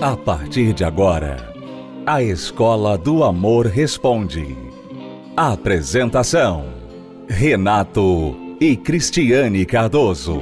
A partir de agora, a Escola do Amor Responde. Apresentação: Renato e Cristiane Cardoso.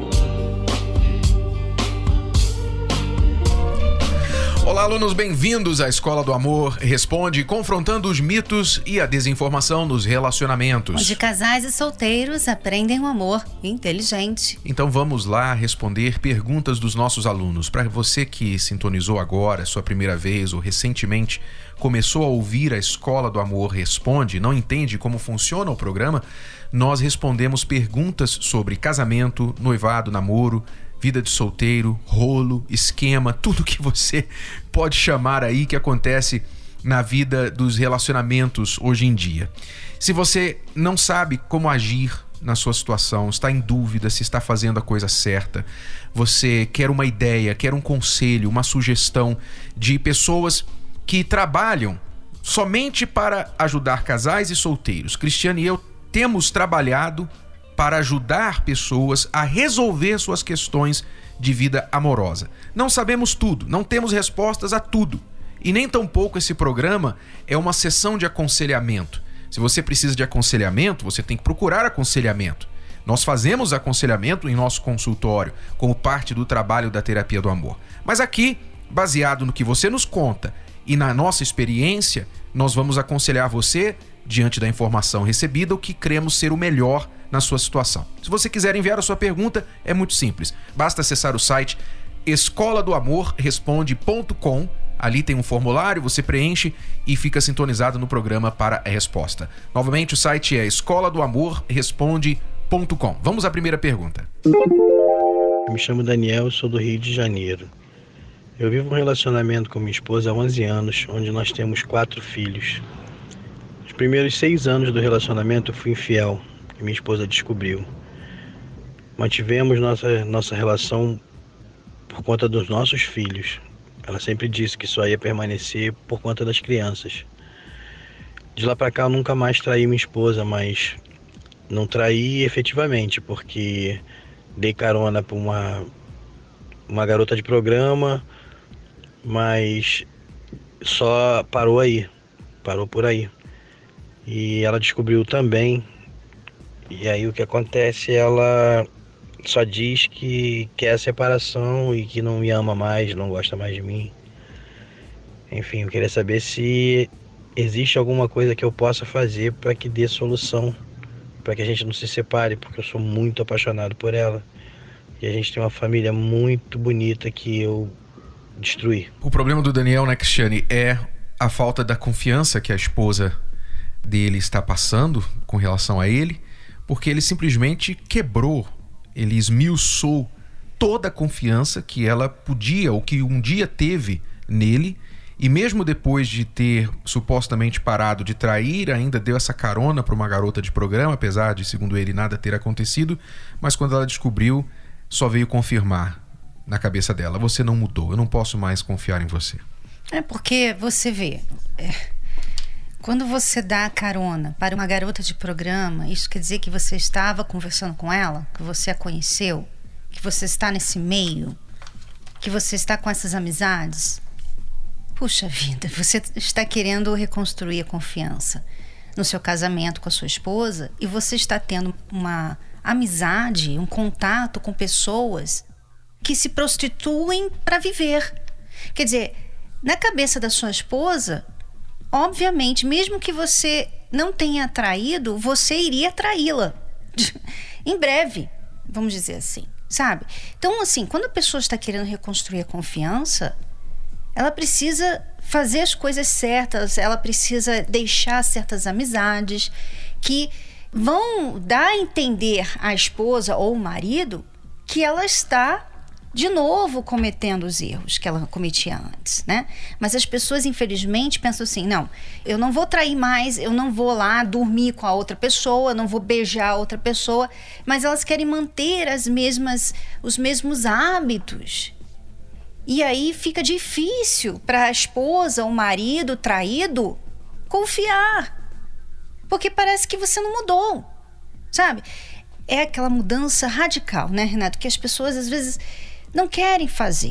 Olá, alunos, bem-vindos à Escola do Amor Responde, confrontando os mitos e a desinformação nos relacionamentos. Onde casais e solteiros aprendem o amor inteligente. Então vamos lá responder perguntas dos nossos alunos. Para você que sintonizou agora, sua primeira vez ou recentemente começou a ouvir a Escola do Amor Responde, não entende como funciona o programa, nós respondemos perguntas sobre casamento, noivado, namoro, vida de solteiro, rolo, esquema, tudo que você pode chamar aí que acontece na vida dos relacionamentos hoje em dia. Se você não sabe como agir na sua situação, está em dúvida se está fazendo a coisa certa, você quer uma ideia, quer um conselho, uma sugestão de pessoas que trabalham somente para ajudar casais e solteiros. Cristiane e eu temos trabalhado para ajudar pessoas a resolver suas questões de vida amorosa. Não sabemos tudo, não temos respostas a tudo. E nem tampouco esse programa é uma sessão de aconselhamento. Se você precisa de aconselhamento, você tem que procurar aconselhamento. Nós fazemos aconselhamento em nosso consultório, como parte do trabalho da terapia do amor. Mas aqui, baseado no que você nos conta e na nossa experiência, nós vamos aconselhar você, diante da informação recebida, o que cremos ser o melhor na sua situação. Se você quiser enviar a sua pergunta, é muito simples. Basta acessar o site escoladoamorresponde.com. Ali tem um formulário, você preenche e fica sintonizado no programa para a resposta. Novamente, o site é escoladoamorresponde.com. Vamos à primeira pergunta. Me chamo Daniel, sou do Rio de Janeiro. Eu vivo um relacionamento com minha esposa há 11 anos, onde nós temos 4 filhos. Os primeiros 6 anos do relacionamento eu fui infiel, que minha esposa descobriu. Mantivemos nossa relação por conta dos nossos filhos. Ela sempre disse que só ia permanecer por conta das crianças. De lá pra cá eu nunca mais traí minha esposa, mas não traí efetivamente, porque dei carona pra uma garota de programa, mas só parou por aí. E ela descobriu também. E aí o que acontece, ela só diz que quer a separação e que não me ama mais, não gosta mais de mim. Enfim, eu queria saber se existe alguma coisa que eu possa fazer para que dê solução, para que a gente não se separe, porque eu sou muito apaixonado por ela. E a gente tem uma família muito bonita que eu destruí. O problema do Daniel, né, Cristiane, é a falta da confiança que a esposa dele está passando com relação a ele, porque ele simplesmente quebrou, ele esmiuçou toda a confiança que ela podia, ou que um dia teve nele, e mesmo depois de ter supostamente parado de trair, ainda deu essa carona para uma garota de programa, apesar de, segundo ele, nada ter acontecido, mas quando ela descobriu, só veio confirmar na cabeça dela: você não mudou, eu não posso mais confiar em você. É porque você vê, quando você dá carona para uma garota de programa, isso quer dizer que você estava conversando com ela, que você a conheceu, que você está nesse meio, que você está com essas amizades. Puxa vida, você está querendo reconstruir a confiança no seu casamento com a sua esposa e você está tendo uma amizade, um contato com pessoas que se prostituem para viver. Quer dizer, na cabeça da sua esposa, obviamente, mesmo que você não tenha traído, você iria traí-la em breve, vamos dizer assim, sabe? Então, assim, quando a pessoa está querendo reconstruir a confiança, ela precisa fazer as coisas certas, ela precisa deixar certas amizades que vão dar a entender à esposa ou ao marido que ela está de novo cometendo os erros que ela cometia antes, né? Mas as pessoas, infelizmente, pensam assim: não, eu não vou trair mais, eu não vou lá dormir com a outra pessoa, não vou beijar a outra pessoa, mas elas querem manter os mesmos hábitos. E aí fica difícil para a esposa ou marido traído confiar, porque parece que você não mudou, sabe? É aquela mudança radical, né, Renato, que as pessoas às vezes não querem fazer.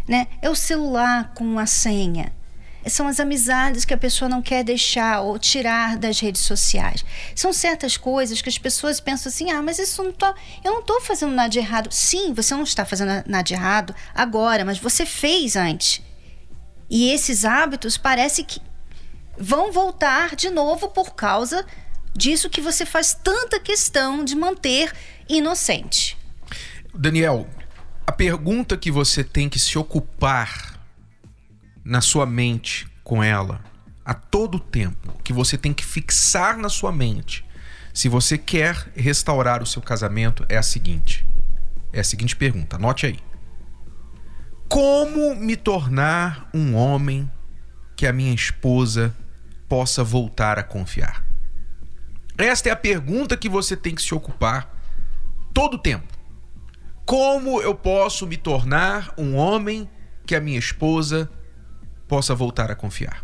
né? É o celular com a senha. São as amizades que a pessoa não quer deixar ou tirar das redes sociais. São certas coisas que as pessoas pensam assim, mas isso eu não estou fazendo nada de errado. Sim, você não está fazendo nada de errado agora, mas você fez antes. E esses hábitos parece que vão voltar de novo por causa disso que você faz tanta questão de manter inocente. Daniel, a pergunta que você tem que se ocupar na sua mente com ela a todo tempo, que você tem que fixar na sua mente, se você quer restaurar o seu casamento, é a seguinte pergunta, anote aí. Como me tornar um homem que a minha esposa possa voltar a confiar? Esta é a pergunta que você tem que se ocupar todo o tempo. Como eu posso me tornar um homem que a minha esposa possa voltar a confiar?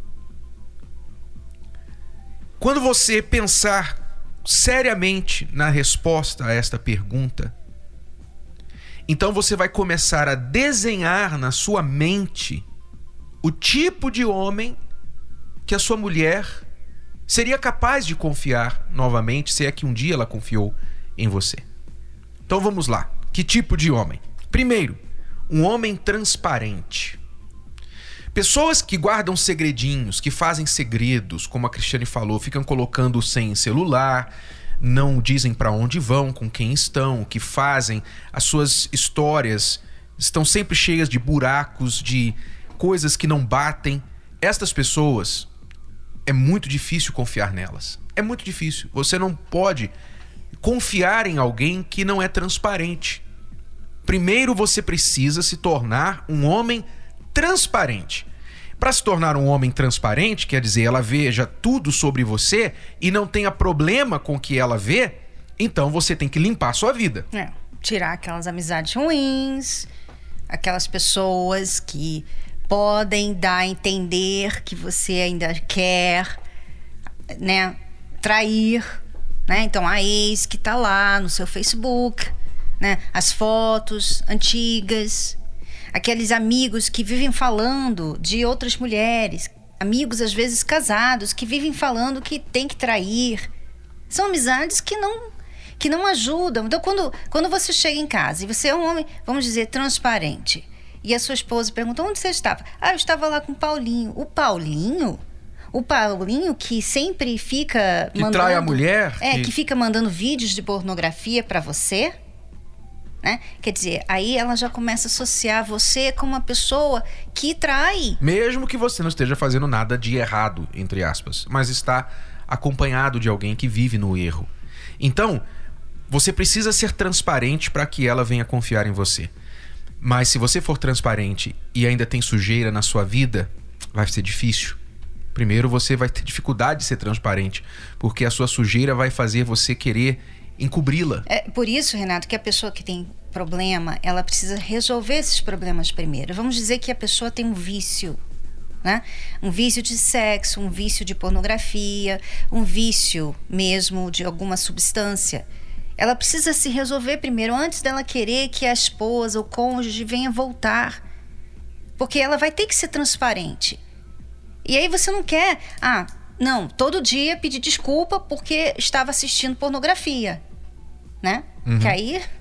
Quando você pensar seriamente na resposta a esta pergunta, então você vai começar a desenhar na sua mente o tipo de homem que a sua mulher seria capaz de confiar novamente, se é que um dia ela confiou em você. Então vamos lá. Que tipo de homem? Primeiro, um homem transparente. Pessoas que guardam segredinhos, que fazem segredos, como a Cristiane falou, ficam colocando sem celular, não dizem para onde vão, com quem estão, o que fazem, as suas histórias estão sempre cheias de buracos, de coisas que não batem. Estas pessoas, é muito difícil confiar nelas. É muito difícil. Você não pode confiar em alguém que não é transparente. Primeiro você precisa se tornar um homem transparente. Para se tornar um homem transparente, quer dizer, ela veja tudo sobre você e não tenha problema com o que ela vê, então você tem que limpar a sua vida. Tirar aquelas amizades ruins, aquelas pessoas que podem dar a entender que você ainda quer, né, trair, né? Então a ex que tá lá no seu Facebook, né, as fotos antigas, aqueles amigos que vivem falando de outras mulheres, amigos às vezes casados que vivem falando que tem que trair. São amizades que não ajudam. Então quando você chega em casa e você é um homem, vamos dizer, transparente, e a sua esposa pergunta: onde você estava? Eu estava lá com o Paulinho. O Paulinho que sempre fica que trai a mulher? Que fica mandando vídeos de pornografia para você, né? Quer dizer, aí ela já começa a associar você com uma pessoa que trai. Mesmo que você não esteja fazendo nada de errado, entre aspas, mas está acompanhado de alguém que vive no erro. Então, você precisa ser transparente para que ela venha confiar em você. Mas se você for transparente e ainda tem sujeira na sua vida, vai ser difícil. Primeiro, você vai ter dificuldade de ser transparente, porque a sua sujeira vai fazer você querer encobri-la. É por isso, Renato, que a pessoa que tem problema, ela precisa resolver esses problemas primeiro. Vamos dizer que a pessoa tem um vício, né? Um vício de sexo, um vício de pornografia, um vício mesmo de alguma substância. Ela precisa se resolver primeiro, antes dela querer que a esposa, o cônjuge venha voltar. Porque ela vai ter que ser transparente. E aí você não quer, todo dia pedir desculpa porque estava assistindo pornografia, né? Uhum. Que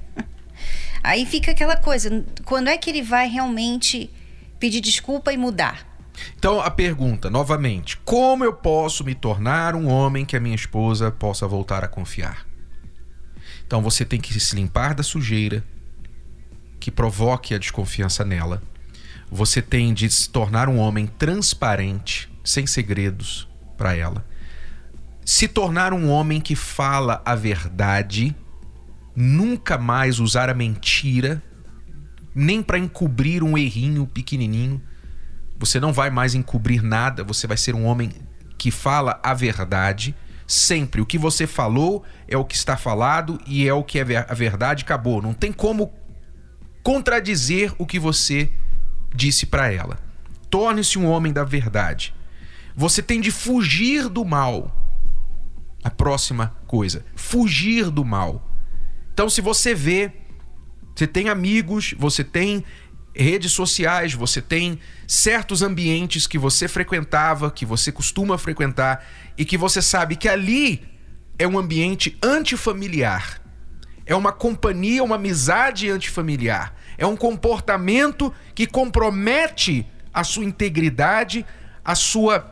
aí fica aquela coisa, quando é que ele vai realmente pedir desculpa e mudar? Então a pergunta, novamente, como eu posso me tornar um homem que a minha esposa possa voltar a confiar? Então você tem que se limpar da sujeira que provoque a desconfiança nela. Você tem de se tornar um homem transparente, sem segredos para ela. Se tornar um homem que fala a verdade, nunca mais usar a mentira, nem para encobrir um errinho pequenininho. Você não vai mais encobrir nada, você vai ser um homem que fala a verdade. Sempre o que você falou é o que está falado e é o que é a verdade, acabou. Não tem como contradizer o que você disse para ela. Torne-se um homem da verdade. Você tem de fugir do mal. A próxima coisa, fugir do mal. Então, se você vê, você tem amigos, você tem redes sociais, você tem certos ambientes que você frequentava, que você costuma frequentar e que você sabe que ali é um ambiente antifamiliar. É uma companhia, uma amizade antifamiliar. É um comportamento que compromete a sua integridade, a sua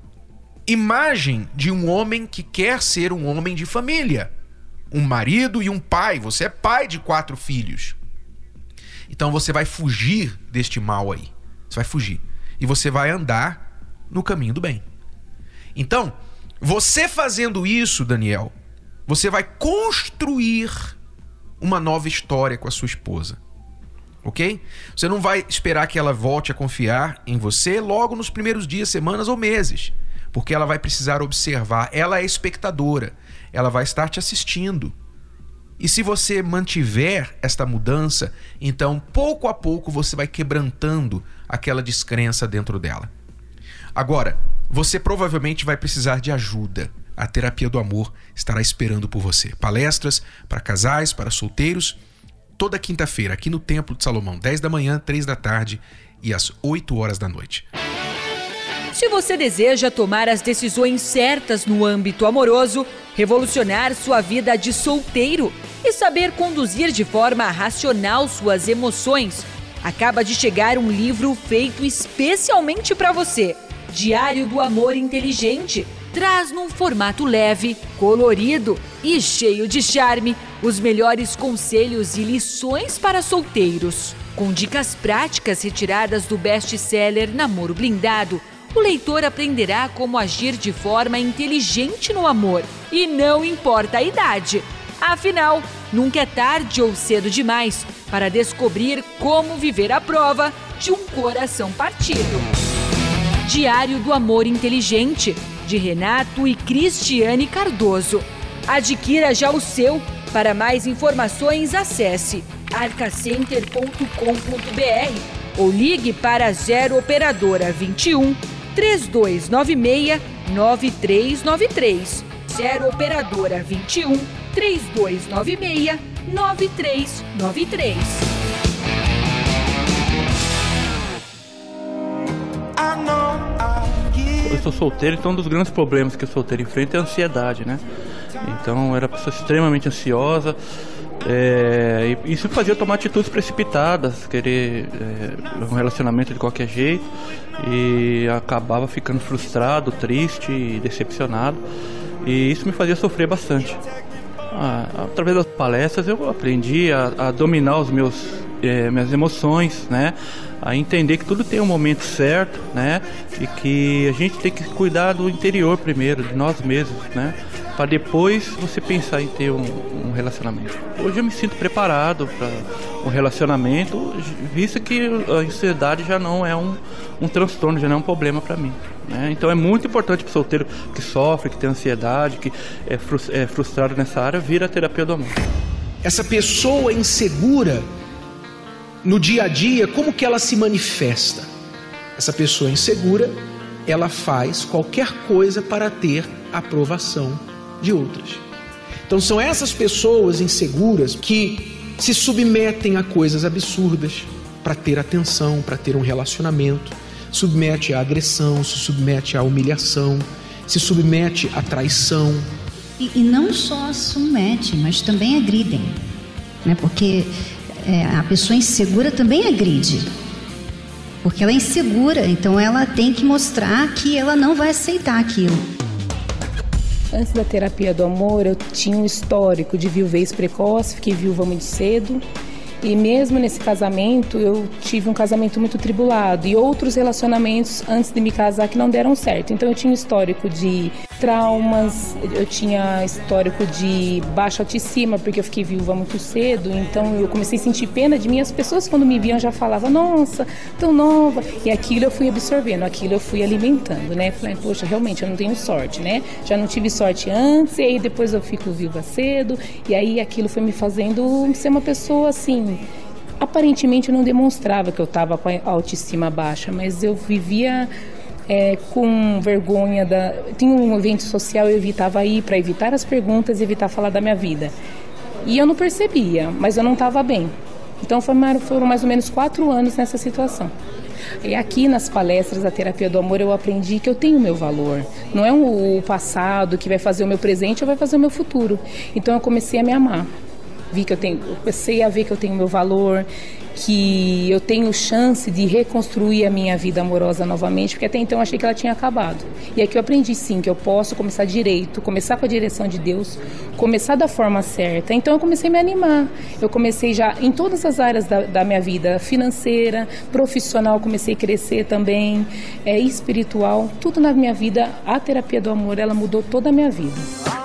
imagem de um homem que quer ser um homem de família. Um marido e um pai. Você é pai de 4 filhos. Então você vai fugir deste mal aí. Você vai fugir. E você vai andar no caminho do bem. Então, você fazendo isso, Daniel, você vai construir uma nova história com a sua esposa. Ok? Você não vai esperar que ela volte a confiar em você logo nos primeiros dias, semanas ou meses. Porque ela vai precisar observar. Ela é espectadora. Ela vai estar te assistindo. E se você mantiver esta mudança, então pouco a pouco você vai quebrantando aquela descrença dentro dela. Agora, você provavelmente vai precisar de ajuda. A Terapia do Amor estará esperando por você. Palestras para casais, para solteiros, toda quinta-feira aqui no Templo de Salomão, 10 da manhã, 3 da tarde e às 8 horas da noite. Se você deseja tomar as decisões certas no âmbito amoroso, revolucionar sua vida de solteiro e saber conduzir de forma racional suas emoções, acaba de chegar um livro feito especialmente para você. Diário do Amor Inteligente traz num formato leve, colorido e cheio de charme os melhores conselhos e lições para solteiros. Com dicas práticas retiradas do best-seller Namoro Blindado, o leitor aprenderá como agir de forma inteligente no amor. E não importa a idade. Afinal, nunca é tarde ou cedo demais para descobrir como viver à prova de um coração partido. Diário do Amor Inteligente, de Renato e Cristiane Cardoso. Adquira já o seu. Para mais informações, acesse arcacenter.com.br ou ligue para 0 Operadora 21 3296 9393. 0 Operadora 21 3296 9393. Eu sou solteiro, então um dos grandes problemas que o solteiro enfrenta é a ansiedade, né? Então eu era uma pessoa extremamente ansiosa, e isso me fazia tomar atitudes precipitadas, querer um relacionamento de qualquer jeito, e acabava ficando frustrado, triste e decepcionado, e isso me fazia sofrer bastante. Através das palestras eu aprendi a dominar os minhas emoções, né? A entender que tudo tem um momento certo, né? E que a gente tem que cuidar do interior primeiro, de nós mesmos, né? Para depois você pensar em ter um relacionamento. Hoje eu me sinto preparado para um relacionamento, visto que a ansiedade já não é um transtorno, já não é um problema para mim, né? Então é muito importante para o solteiro que sofre, que tem ansiedade, que é frustrado nessa área, vir à Terapia do Amor. Essa pessoa insegura no dia a dia, como que ela se manifesta? Essa pessoa insegura, ela faz qualquer coisa para ter a aprovação de outras. Então são essas pessoas inseguras que se submetem a coisas absurdas para ter atenção, para ter um relacionamento, submete à agressão, se submete à humilhação, se submete à traição. E não só submete, mas também agridem, né? Porque a pessoa insegura também agride, porque ela é insegura, então ela tem que mostrar que ela não vai aceitar aquilo. Antes da Terapia do Amor, eu tinha um histórico de viuvez precoce, fiquei viúva muito cedo. E mesmo nesse casamento, eu tive um casamento muito tribulado e outros relacionamentos antes de me casar que não deram certo. Então eu tinha um histórico de traumas, eu tinha histórico de baixa autoestima, porque eu fiquei viúva muito cedo. Então eu comecei a sentir pena de mim. As pessoas quando me viam já falavam, nossa, tão nova. E aquilo eu fui absorvendo, aquilo eu fui alimentando, né? Falei, poxa, realmente eu não tenho sorte, né? Já não tive sorte antes, e aí depois eu fico viúva cedo. E aí aquilo foi me fazendo ser uma pessoa assim... Aparentemente eu não demonstrava que eu estava com a autoestima baixa, mas eu vivia com vergonha. Tinha um evento social, eu evitava ir para evitar as perguntas e evitar falar da minha vida. E eu não percebia, mas eu não estava bem. Então foram mais ou menos 4 anos nessa situação. E aqui nas palestras da Terapia do Amor eu aprendi que eu tenho o meu valor. Não é o passado que vai fazer o meu presente ou vai fazer o meu futuro. Então eu comecei a me amar. Comecei a ver que eu tenho o meu valor, que eu tenho chance de reconstruir a minha vida amorosa novamente, porque até então eu achei que ela tinha acabado. E aqui eu aprendi sim que eu posso começar direito, começar com a direção de Deus, começar da forma certa. Então eu comecei a me animar. Eu comecei já em todas as áreas da minha vida, financeira, profissional, comecei a crescer também, espiritual, tudo na minha vida. A Terapia do Amor, ela mudou toda a minha vida.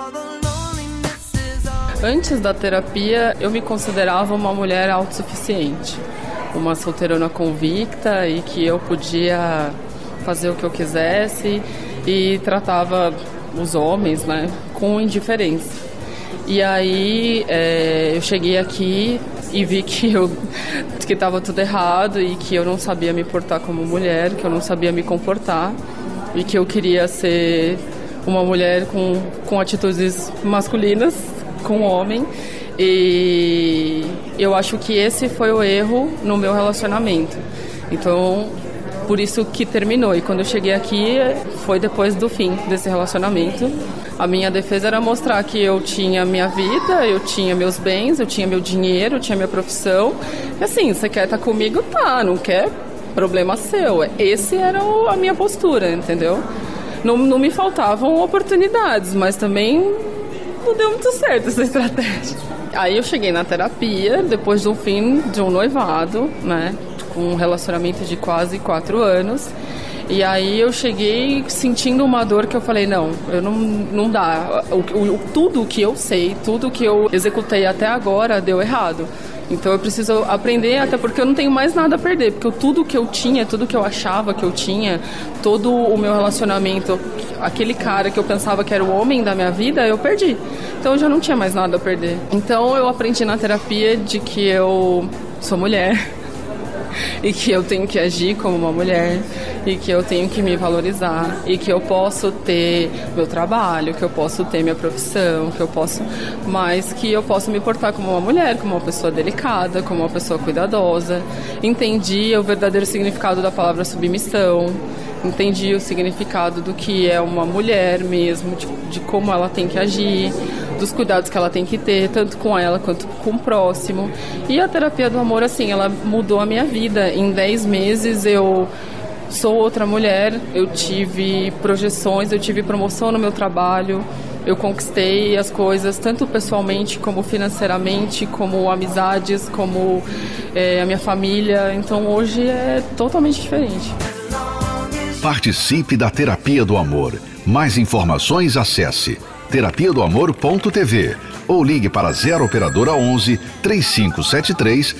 Antes da terapia, eu me considerava uma mulher autossuficiente, uma solteirona convicta e que eu podia fazer o que eu quisesse e tratava os homens, né, com indiferença. E aí eu cheguei aqui e vi que estava tudo errado e que eu não sabia me portar como mulher, que eu não sabia me comportar e que eu queria ser uma mulher com atitudes masculinas, com o homem, e eu acho que esse foi o erro no meu relacionamento. Então, por isso que terminou. E quando eu cheguei aqui, foi depois do fim desse relacionamento. A minha defesa era mostrar que eu tinha minha vida, eu tinha meus bens, eu tinha meu dinheiro, eu tinha minha profissão. E assim, você quer estar comigo? Tá, não quer? Problema seu. Esse era a minha postura, entendeu? Não me faltavam oportunidades, mas também não deu muito certo essa estratégia. Aí eu cheguei na terapia, depois do fim de um noivado, né, com um relacionamento de quase 4 anos. E aí eu cheguei sentindo uma dor que eu falei, não dá. Tudo que eu sei, tudo que eu executei até agora deu errado. Então eu preciso aprender, até porque eu não tenho mais nada a perder, porque tudo que eu tinha, tudo que eu achava que eu tinha, todo o meu relacionamento, aquele cara que eu pensava que era o homem da minha vida, eu perdi. Então eu já não tinha mais nada a perder. Então eu aprendi na terapia de que eu sou mulher e que eu tenho que agir como uma mulher e que eu tenho que me valorizar e que eu posso ter meu trabalho, que eu posso ter minha profissão, mas que eu posso me portar como uma mulher, como uma pessoa delicada, como uma pessoa cuidadosa. Entendi o verdadeiro significado da palavra submissão, entendi o significado do que é uma mulher mesmo, de como ela tem que agir, dos cuidados que ela tem que ter, tanto com ela quanto com o próximo. E a terapia do amor, assim, ela mudou a minha vida. Em 10 meses eu sou outra mulher, eu tive projeções, eu tive promoção no meu trabalho, eu conquistei as coisas, tanto pessoalmente como financeiramente, como amizades, como a minha família. Então hoje é totalmente diferente. Participe da Terapia do Amor. Mais informações, acesse terapiadoamor.tv ou ligue para 0 operadora 11 3573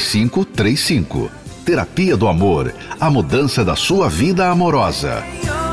3535. Terapia do Amor, a mudança da sua vida amorosa.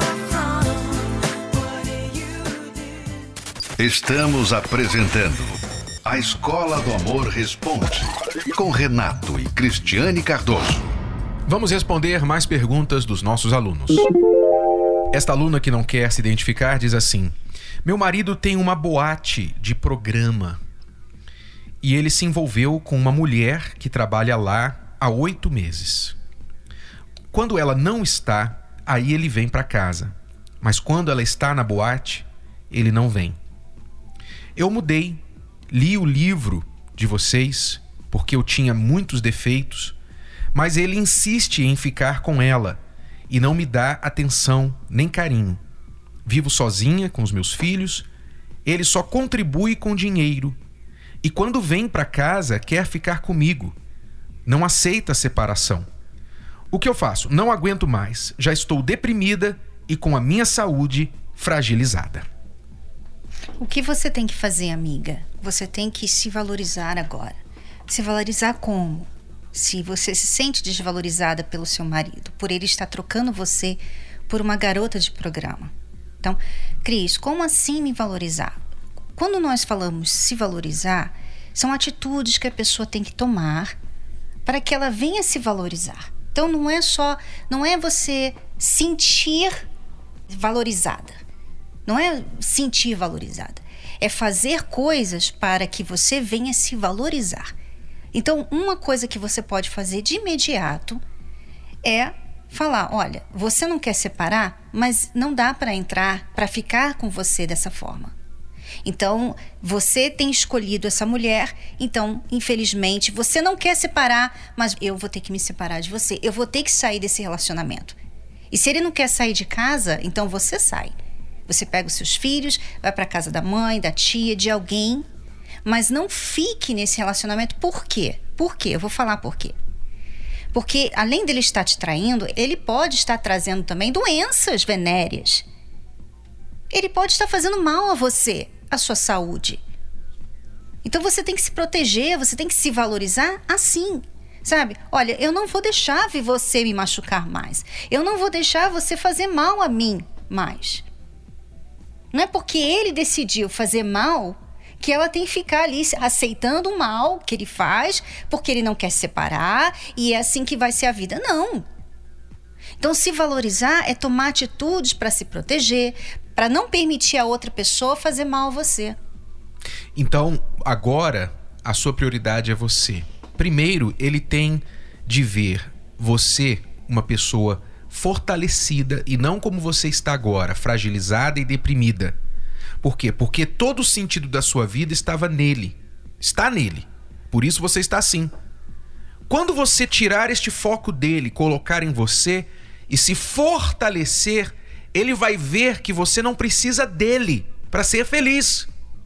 Estamos apresentando A Escola do Amor Responde, com Renato e Cristiane Cardoso. Vamos responder mais perguntas dos nossos alunos. Esta aluna que não quer se identificar diz assim: meu marido tem uma boate de programa e ele se envolveu com uma mulher que trabalha lá há 8 meses. Quando ela não está, aí ele vem para casa. Mas quando ela está na boate, ele não vem. Eu mudei, li o livro de vocês, porque eu tinha muitos defeitos, mas ele insiste em ficar com ela e não me dá atenção nem carinho. Vivo sozinha com os meus filhos, ele só contribui com dinheiro e quando vem para casa quer ficar comigo. Não aceita a separação. O que eu faço? Não aguento mais. Já estou deprimida e com a minha saúde fragilizada. O que você tem que fazer, amiga? Você tem que se valorizar agora. Se valorizar como? Se você se sente desvalorizada pelo seu marido, por ele estar trocando você por uma garota de programa. Então, Cris, como assim me valorizar? Quando nós falamos se valorizar, são atitudes que a pessoa tem que tomar para que ela venha se valorizar. Então não é você sentir valorizada. Não é sentir valorizada. É fazer coisas para que você venha se valorizar. Então, uma coisa que você pode fazer de imediato é falar, olha, você não quer separar, mas não dá para entrar, para ficar com você dessa forma. Então, você tem escolhido essa mulher, então, infelizmente, você não quer separar, mas eu vou ter que me separar de você, eu vou ter que sair desse relacionamento. E se ele não quer sair de casa, então você sai. Você pega os seus filhos, vai para casa da mãe, da tia, de alguém, mas não fique nesse relacionamento. Por quê? Por quê? Eu vou falar por quê. Porque, além dele estar te traindo, ele pode estar trazendo também doenças venéreas. Ele pode estar fazendo mal a você, a sua saúde. Então, você tem que se proteger, você tem que se valorizar assim, sabe? Olha, eu não vou deixar você me machucar mais. Eu não vou deixar você fazer mal a mim mais. Não é porque ele decidiu fazer mal que ela tem que ficar ali aceitando o mal que ele faz, porque ele não quer se separar e é assim que vai ser a vida. Não. Então, se valorizar é tomar atitudes para se proteger, para não permitir a outra pessoa fazer mal a você. Então, agora, a sua prioridade é você. Primeiro, ele tem de ver você uma pessoa fortalecida e não como você está agora, fragilizada e deprimida. Por quê? Porque todo o sentido da sua vida estava nele. Está nele. Por isso você está assim. Quando você tirar este foco dele, colocar em você e se fortalecer, ele vai ver que você não precisa dele para ser feliz.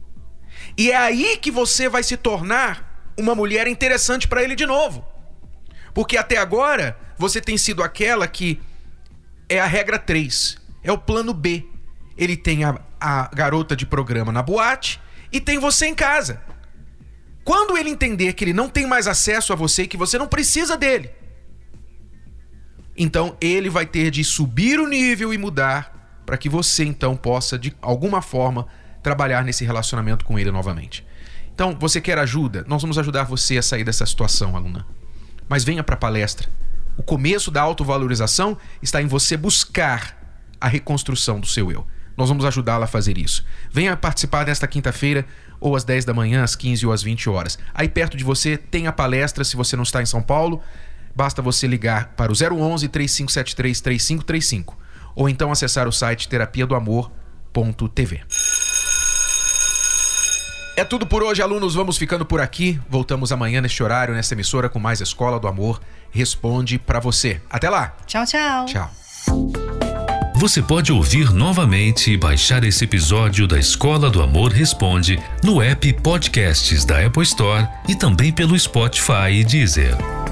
E é aí que você vai se tornar uma mulher interessante para ele de novo. Porque até agora você tem sido aquela que é a regra 3, é o plano B. Ele tem a garota de programa na boate e tem você em casa. Quando ele entender que ele não tem mais acesso a você e que você não precisa dele, então ele vai ter de subir o nível e mudar para que você então possa de alguma forma trabalhar nesse relacionamento com ele novamente. Então, você quer ajuda? Nós vamos ajudar você a sair dessa situação, aluna. Mas venha para a palestra. O começo da autovalorização está em você buscar a reconstrução do seu eu. Nós vamos ajudá-la a fazer isso. Venha participar nesta quinta-feira, ou às 10 da manhã, às 15 ou às 20 horas. Aí perto de você tem a palestra, se você não está em São Paulo, basta você ligar para o 011-3573-3535 ou então acessar o site terapiadoamor.tv. É tudo por hoje, alunos. Vamos ficando por aqui. Voltamos amanhã neste horário, nesta emissora, com mais Escola do Amor Responde para você. Até lá. Tchau, tchau. Tchau. Você pode ouvir novamente e baixar esse episódio da Escola do Amor Responde no app Podcasts da Apple Store e também pelo Spotify e Deezer.